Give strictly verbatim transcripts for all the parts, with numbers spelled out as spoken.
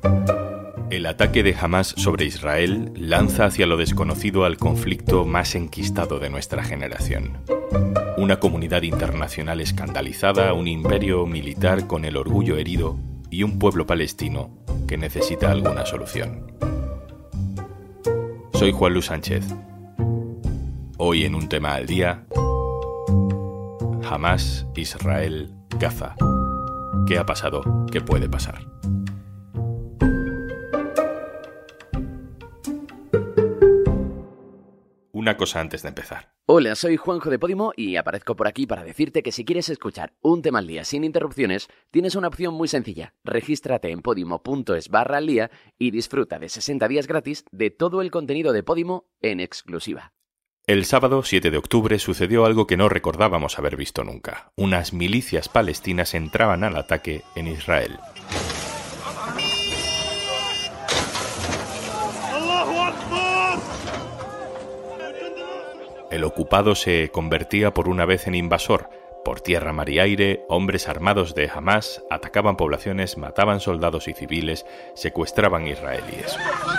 El ataque de Hamás sobre Israel lanza hacia lo desconocido al conflicto más enquistado de nuestra generación. Una comunidad internacional escandalizada, un imperio militar con el orgullo herido y un pueblo palestino que necesita alguna solución. Soy Juan Luis Sánchez. Hoy en Un Tema al Día, Hamás, Israel, Gaza. ¿Qué ha pasado? ¿Qué puede pasar? Una cosa antes de empezar. Hola, soy Juanjo de Podimo y aparezco por aquí para decirte que si quieres escuchar Un Tema al Día sin interrupciones, tienes una opción muy sencilla. Regístrate en podimo.es barra al día y disfruta de sesenta días gratis de todo el contenido de Podimo en exclusiva. El sábado siete de octubre sucedió algo que no recordábamos haber visto nunca. Unas milicias palestinas entraban al ataque en Israel. El ocupado se convertía por una vez en invasor. Por tierra, mar y aire, hombres armados de Hamás atacaban poblaciones, mataban soldados y civiles, secuestraban israelíes.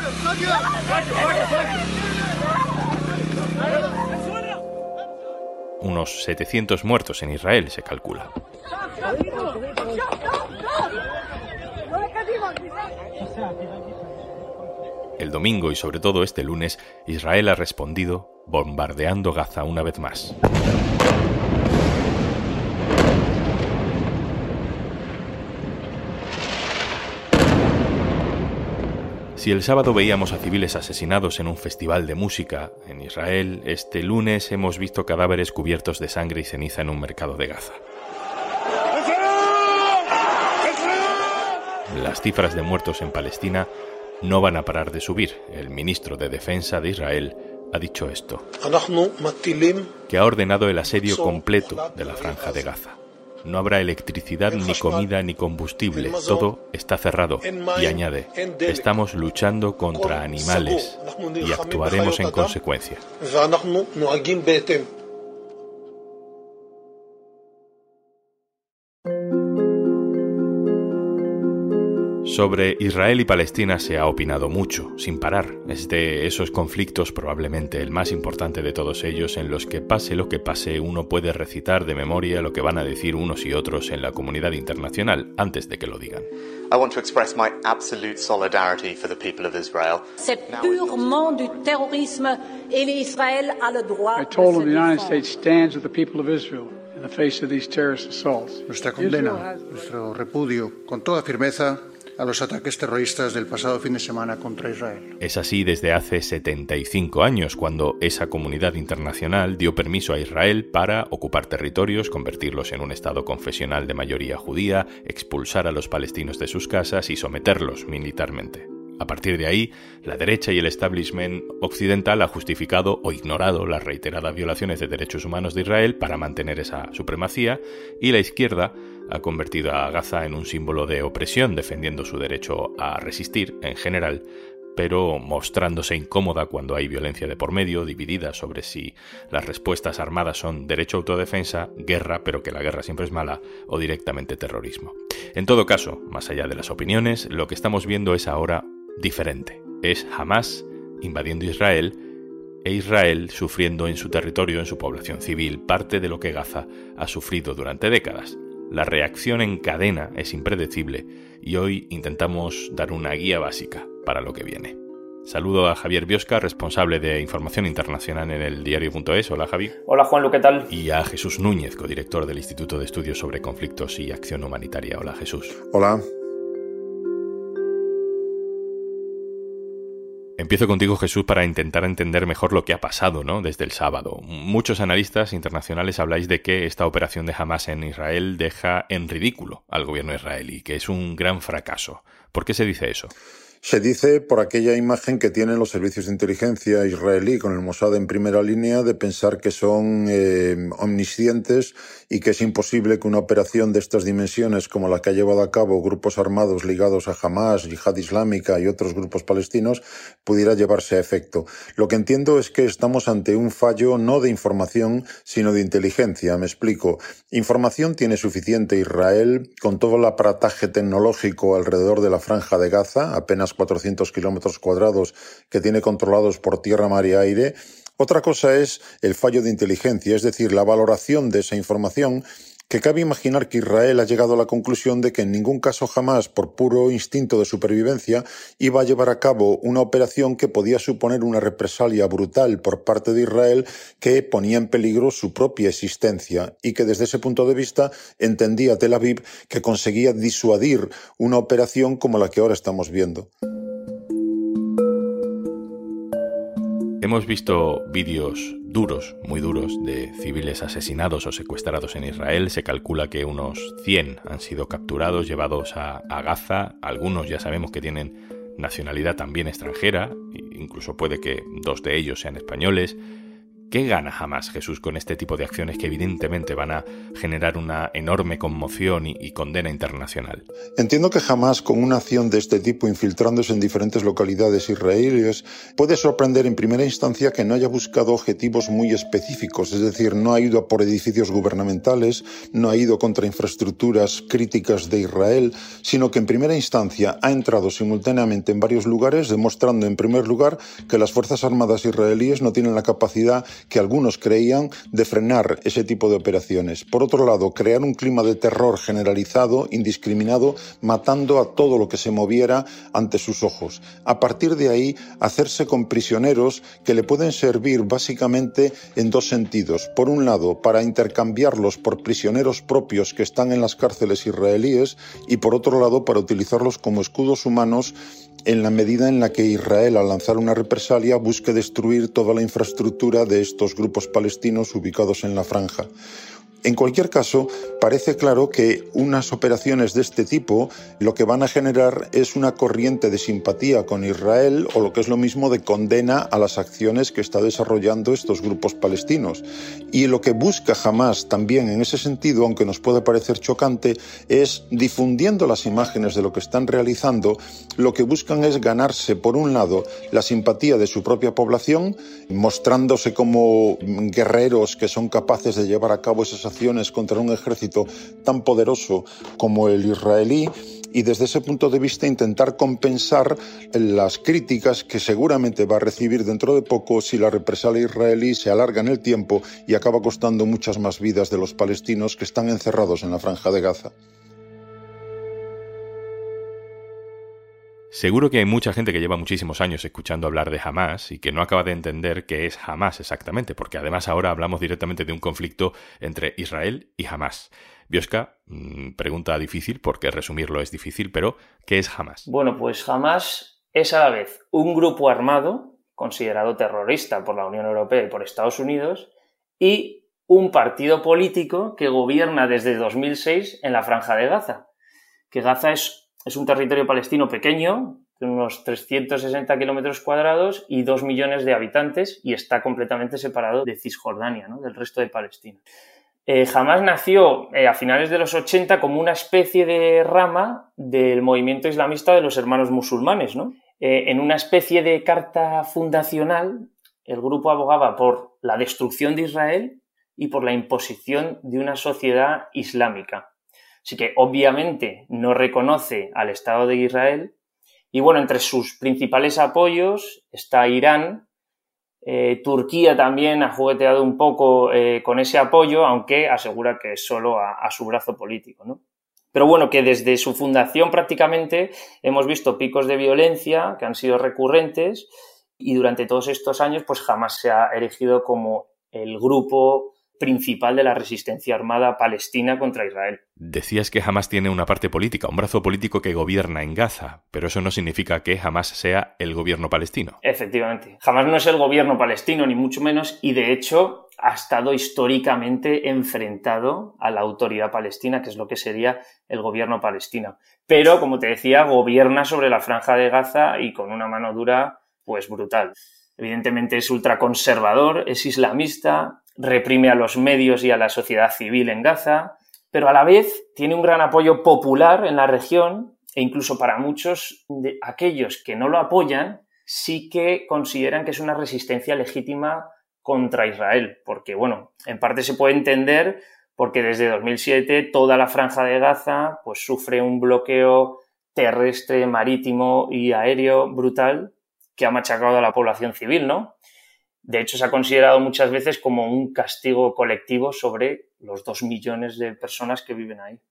Unos setecientos muertos en Israel, se calcula. El domingo y sobre todo este lunes, Israel ha respondido bombardeando Gaza una vez más. Si el sábado veíamos a civiles asesinados en un festival de música en Israel, este lunes hemos visto cadáveres cubiertos de sangre y ceniza en un mercado de Gaza. Las cifras de muertos en Palestina no van a parar de subir. El ministro de Defensa de Israel ha dicho esto, que ha ordenado el asedio completo de la franja de Gaza. No habrá electricidad, ni comida, ni combustible. Todo está cerrado. Y añade, estamos luchando contra animales y actuaremos en consecuencia. Sobre Israel y Palestina se ha opinado mucho, sin parar. Es de esos conflictos probablemente el más importante de todos ellos, en los que pase lo que pase uno puede recitar de memoria lo que van a decir unos y otros en la comunidad internacional antes de que lo digan. I want to express my absolute solidarity for the people of Israel. C'est purement du terrorisme et Israël a le droit. I told them the United States stands with the people of Israel in the face of these terrorist assaults. Nuestra condena, nuestro repudio con toda firmeza a los ataques terroristas del pasado fin de semana contra Israel. Es así desde hace setenta y cinco años, cuando esa comunidad internacional dio permiso a Israel para ocupar territorios, convertirlos en un estado confesional de mayoría judía, expulsar a los palestinos de sus casas y someterlos militarmente. A partir de ahí, la derecha y el establishment occidental ha justificado o ignorado las reiteradas violaciones de derechos humanos de Israel para mantener esa supremacía, y la izquierda ha convertido a Gaza en un símbolo de opresión, defendiendo su derecho a resistir en general, pero mostrándose incómoda cuando hay violencia de por medio, dividida sobre si las respuestas armadas son derecho a autodefensa, guerra, pero que la guerra siempre es mala, o directamente terrorismo. En todo caso, más allá de las opiniones, lo que estamos viendo es ahora diferente. Es Hamás invadiendo Israel e Israel sufriendo en su territorio, en su población civil, parte de lo que Gaza ha sufrido durante décadas. La reacción en cadena es impredecible y hoy intentamos dar una guía básica para lo que viene. Saludo a Javier Biosca, responsable de Información Internacional en el diario punto es. Hola, Javi. Hola, Juanlu, ¿qué tal? Y a Jesús Núñez, codirector del Instituto de Estudios sobre Conflictos y Acción Humanitaria. Hola, Jesús. Hola. Empiezo contigo, Jesús, para intentar entender mejor lo que ha pasado, ¿no?, desde el sábado. Muchos analistas internacionales habláis de que esta operación de Hamás en Israel deja en ridículo al gobierno israelí, que es un gran fracaso. ¿Por qué se dice eso? Se dice por aquella imagen que tienen los servicios de inteligencia israelí con el Mossad en primera línea de pensar que son eh, omniscientes y que es imposible que una operación de estas dimensiones como la que ha llevado a cabo grupos armados ligados a Hamas, Yihad Islámica y otros grupos palestinos pudiera llevarse a efecto. Lo que entiendo es que estamos ante un fallo no de información, sino de inteligencia. Me explico. Información tiene suficiente Israel con todo el aparataje tecnológico alrededor de la Franja de Gaza, apenas cuatrocientos kilómetros cuadrados que tiene controlados por tierra, mar y aire. Otra cosa es el fallo de inteligencia, es decir, la valoración de esa información, que cabe imaginar que Israel ha llegado a la conclusión de que en ningún caso jamás, por puro instinto de supervivencia, iba a llevar a cabo una operación que podía suponer una represalia brutal por parte de Israel que ponía en peligro su propia existencia y que desde ese punto de vista entendía Tel Aviv que conseguía disuadir una operación como la que ahora estamos viendo. Hemos visto vídeos duros, muy duros, de civiles asesinados o secuestrados en Israel. Se calcula que unos cien han sido capturados, llevados a, a Gaza. Algunos ya sabemos que tienen nacionalidad también extranjera, incluso puede que dos de ellos sean españoles. ¿Qué gana Hamas, Jesús, con este tipo de acciones que evidentemente van a generar una enorme conmoción y, y condena internacional? Entiendo que Hamas, con una acción de este tipo infiltrándose en diferentes localidades israelíes, puede sorprender en primera instancia que no haya buscado objetivos muy específicos, es decir, no ha ido a por edificios gubernamentales, no ha ido contra infraestructuras críticas de Israel, sino que en primera instancia ha entrado simultáneamente en varios lugares, demostrando en primer lugar que las Fuerzas Armadas israelíes no tienen la capacidad que algunos creían de frenar ese tipo de operaciones. Por otro lado, crear un clima de terror generalizado, indiscriminado, matando a todo lo que se moviera ante sus ojos. A partir de ahí, hacerse con prisioneros que le pueden servir básicamente en dos sentidos. Por un lado, para intercambiarlos por prisioneros propios que están en las cárceles israelíes y por otro lado, para utilizarlos como escudos humanos en la medida en la que Israel, al lanzar una represalia, busque destruir toda la infraestructura de estos grupos palestinos ubicados en la franja. En cualquier caso, parece claro que unas operaciones de este tipo lo que van a generar es una corriente de simpatía con Israel o lo que es lo mismo de condena a las acciones que está desarrollando estos grupos palestinos. Y lo que busca Hamas también en ese sentido, aunque nos puede parecer chocante, es difundiendo las imágenes de lo que están realizando, lo que buscan es ganarse, por un lado, la simpatía de su propia población, mostrándose como guerreros que son capaces de llevar a cabo esas acciones contra un ejército tan poderoso como el israelí y desde ese punto de vista intentar compensar las críticas que seguramente va a recibir dentro de poco si la represalia israelí se alarga en el tiempo y acaba costando muchas más vidas de los palestinos que están encerrados en la Franja de Gaza. Seguro que hay mucha gente que lleva muchísimos años escuchando hablar de Hamas y que no acaba de entender qué es Hamas exactamente, porque además ahora hablamos directamente de un conflicto entre Israel y Hamas. Biosca, pregunta difícil, porque resumirlo es difícil, pero ¿qué es Hamas? Bueno, pues Hamas es a la vez un grupo armado, considerado terrorista por la Unión Europea y por Estados Unidos, y un partido político que gobierna desde dos mil seis en la Franja de Gaza, que Gaza es Es un territorio palestino pequeño, de unos trescientos sesenta kilómetros cuadrados y dos millones de habitantes, y está completamente separado de Cisjordania, ¿no?, del resto de Palestina. Eh, Hamas nació eh, a finales de los ochenta como una especie de rama del movimiento islamista de los hermanos musulmanes, ¿no? Eh, en una especie de carta fundacional, el grupo abogaba por la destrucción de Israel y por la imposición de una sociedad islámica. Así que obviamente no reconoce al Estado de Israel y bueno, entre sus principales apoyos está Irán. Eh, Turquía también ha jugueteado un poco eh, con ese apoyo, aunque asegura que es solo a, a su brazo político, ¿no? Pero bueno, que desde su fundación prácticamente hemos visto picos de violencia que han sido recurrentes y durante todos estos años pues jamás se ha erigido como el grupo principal de la resistencia armada palestina contra Israel. Decías que Hamas tiene una parte política, un brazo político que gobierna en Gaza, pero eso no significa que Hamas sea el gobierno palestino. Efectivamente. Hamas no es el gobierno palestino, ni mucho menos, y de hecho ha estado históricamente enfrentado a la autoridad palestina, que es lo que sería el gobierno palestino. Pero, como te decía, gobierna sobre la Franja de Gaza y con una mano dura, pues brutal. Evidentemente es ultraconservador, es islamista, reprime a los medios y a la sociedad civil en Gaza, pero a la vez tiene un gran apoyo popular en la región e incluso para muchos de aquellos que no lo apoyan sí que consideran que es una resistencia legítima contra Israel, porque, bueno, en parte se puede entender porque desde dos mil siete toda la Franja de Gaza pues sufre un bloqueo terrestre, marítimo y aéreo brutal que ha machacado a la población civil, ¿no? De hecho, se ha considerado muchas veces como un castigo colectivo sobre los dos millones de personas que viven ahí.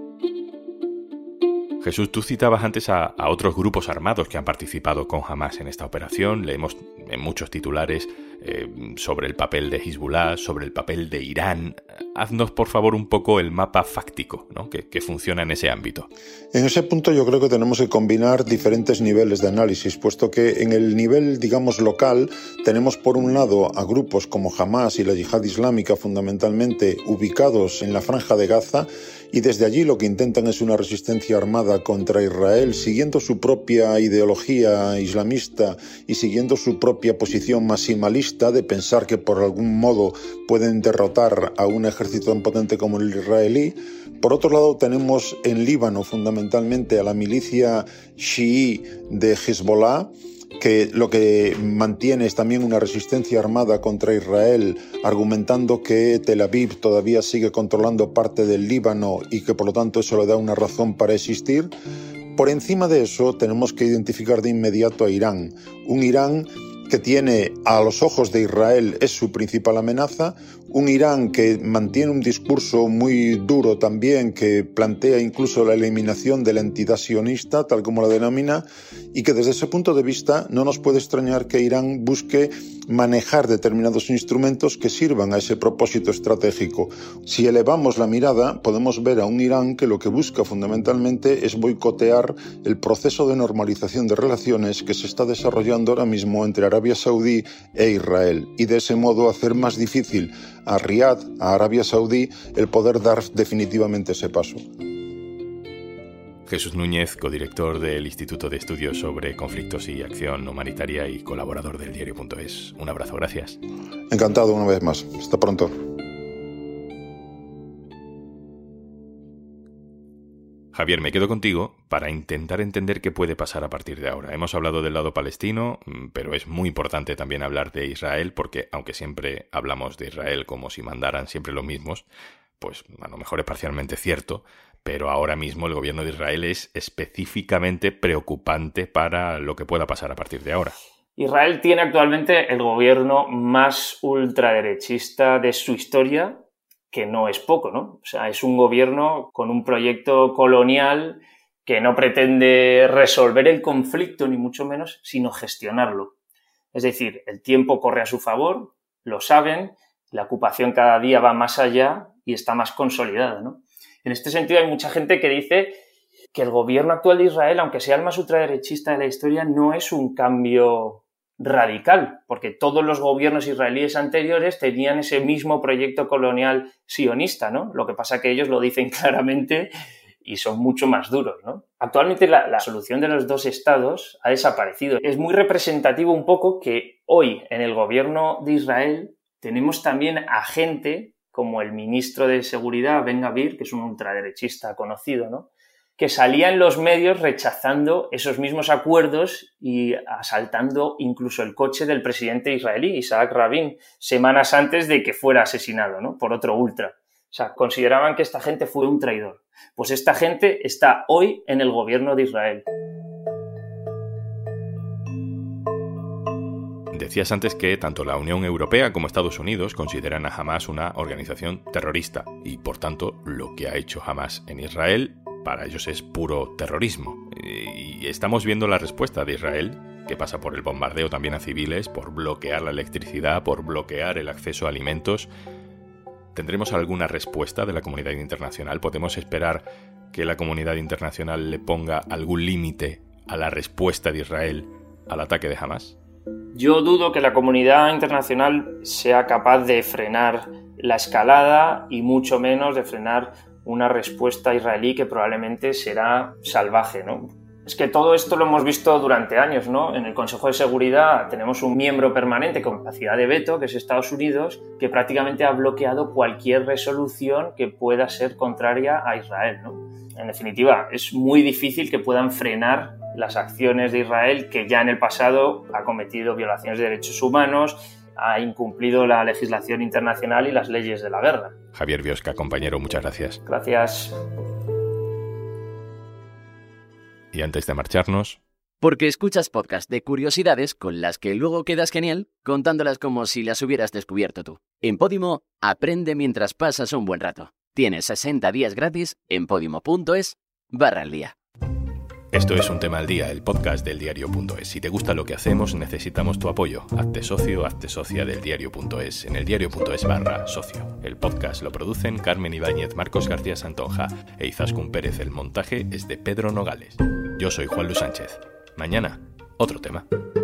Jesús, tú citabas antes a, a otros grupos armados que han participado con Hamás en esta operación. Leemos en muchos titulares eh, sobre el papel de Hezbollah, sobre el papel de Irán. Haznos, por favor, un poco el mapa fáctico, ¿no?, que, que funciona en ese ámbito. En ese punto yo creo que tenemos que combinar diferentes niveles de análisis, puesto que en el nivel, digamos, local, tenemos por un lado a grupos como Hamás y la Yihad Islámica, fundamentalmente ubicados en la Franja de Gaza, y desde allí lo que intentan es una resistencia armada contra Israel, siguiendo su propia ideología islamista y siguiendo su propia posición maximalista de pensar que por algún modo pueden derrotar a un ejército tan potente como el israelí. Por otro lado, tenemos en Líbano fundamentalmente a la milicia chií de Hezbollah, que lo que mantiene es también una resistencia armada contra Israel, argumentando que Tel Aviv todavía sigue controlando parte del Líbano y que por lo tanto eso le da una razón para existir. Por encima de eso tenemos que identificar de inmediato a Irán, un Irán que tiene a los ojos de Israel es su principal amenaza, un Irán que mantiene un discurso muy duro también, que plantea incluso la eliminación de la entidad sionista, tal como la denomina, y que desde ese punto de vista no nos puede extrañar que Irán busque manejar determinados instrumentos que sirvan a ese propósito estratégico. Si elevamos la mirada, podemos ver a un Irán que lo que busca fundamentalmente es boicotear el proceso de normalización de relaciones que se está desarrollando ahora mismo entre Arabia Saudí e Israel, y de ese modo hacer más difícil a Riad, a Arabia Saudí, el poder dar definitivamente ese paso. Jesús Núñez, codirector del Instituto de Estudios sobre Conflictos y Acción Humanitaria y colaborador del diario punto es. Un abrazo, gracias. Encantado una vez más. Hasta pronto. Javier, me quedo contigo para intentar entender qué puede pasar a partir de ahora. Hemos hablado del lado palestino, pero es muy importante también hablar de Israel, porque aunque siempre hablamos de Israel como si mandaran siempre los mismos, pues a lo mejor es parcialmente cierto, pero ahora mismo el gobierno de Israel es específicamente preocupante para lo que pueda pasar a partir de ahora. Israel tiene actualmente el gobierno más ultraderechista de su historia, que no es poco, ¿no? O sea, es un gobierno con un proyecto colonial que no pretende resolver el conflicto, ni mucho menos, sino gestionarlo. Es decir, el tiempo corre a su favor, lo saben, la ocupación cada día va más allá y está más consolidada, ¿no? En este sentido hay mucha gente que dice que el gobierno actual de Israel, aunque sea el más ultraderechista de la historia, no es un cambio radical, porque todos los gobiernos israelíes anteriores tenían ese mismo proyecto colonial sionista, ¿no? Lo que pasa es que ellos lo dicen claramente y son mucho más duros, ¿no? Actualmente la, la solución de los dos estados ha desaparecido. Es muy representativo un poco que hoy en el gobierno de Israel tenemos también a gente como el ministro de Seguridad, Ben Gvir, que es un ultraderechista conocido, ¿no?, que salía en los medios rechazando esos mismos acuerdos y asaltando incluso el coche del presidente israelí, Isaac Rabin, semanas antes de que fuera asesinado, ¿no?, por otro ultra. O sea, consideraban que esta gente fue un traidor. Pues esta gente está hoy en el gobierno de Israel. Decías antes que tanto la Unión Europea como Estados Unidos consideran a Hamás una organización terrorista y, por tanto, lo que ha hecho Hamás en Israel para ellos es puro terrorismo. Y estamos viendo la respuesta de Israel, que pasa por el bombardeo también a civiles, por bloquear la electricidad, por bloquear el acceso a alimentos. ¿Tendremos alguna respuesta de la comunidad internacional? ¿Podemos esperar que la comunidad internacional le ponga algún límite a la respuesta de Israel al ataque de Hamás? Yo dudo que la comunidad internacional sea capaz de frenar la escalada y mucho menos de frenar una respuesta israelí que probablemente será salvaje, ¿no? Es que todo esto lo hemos visto durante años, ¿no? En el Consejo de Seguridad tenemos un miembro permanente con capacidad de veto, que es Estados Unidos, que prácticamente ha bloqueado cualquier resolución que pueda ser contraria a Israel, ¿no? En definitiva, es muy difícil que puedan frenar las acciones de Israel, que ya en el pasado ha cometido violaciones de derechos humanos, ha incumplido la legislación internacional y las leyes de la guerra. Javier Biosca, compañero, muchas gracias. Gracias. Y antes de marcharnos... Porque escuchas podcast de curiosidades con las que luego quedas genial contándolas como si las hubieras descubierto tú. En Podimo, aprende mientras pasas un buen rato. Tienes sesenta días gratis en podimo.es barra al día. Esto es Un Tema al Día, el podcast del diario.es. Si te gusta lo que hacemos, necesitamos tu apoyo. Hazte socio, hazte socia del diario.es en el diario.es barra socio. El podcast lo producen Carmen Ibáñez, Marcos García Santonja e Izaskun Pérez. El montaje es de Pedro Nogales. Yo soy Juan Luis Sánchez. Mañana, otro tema.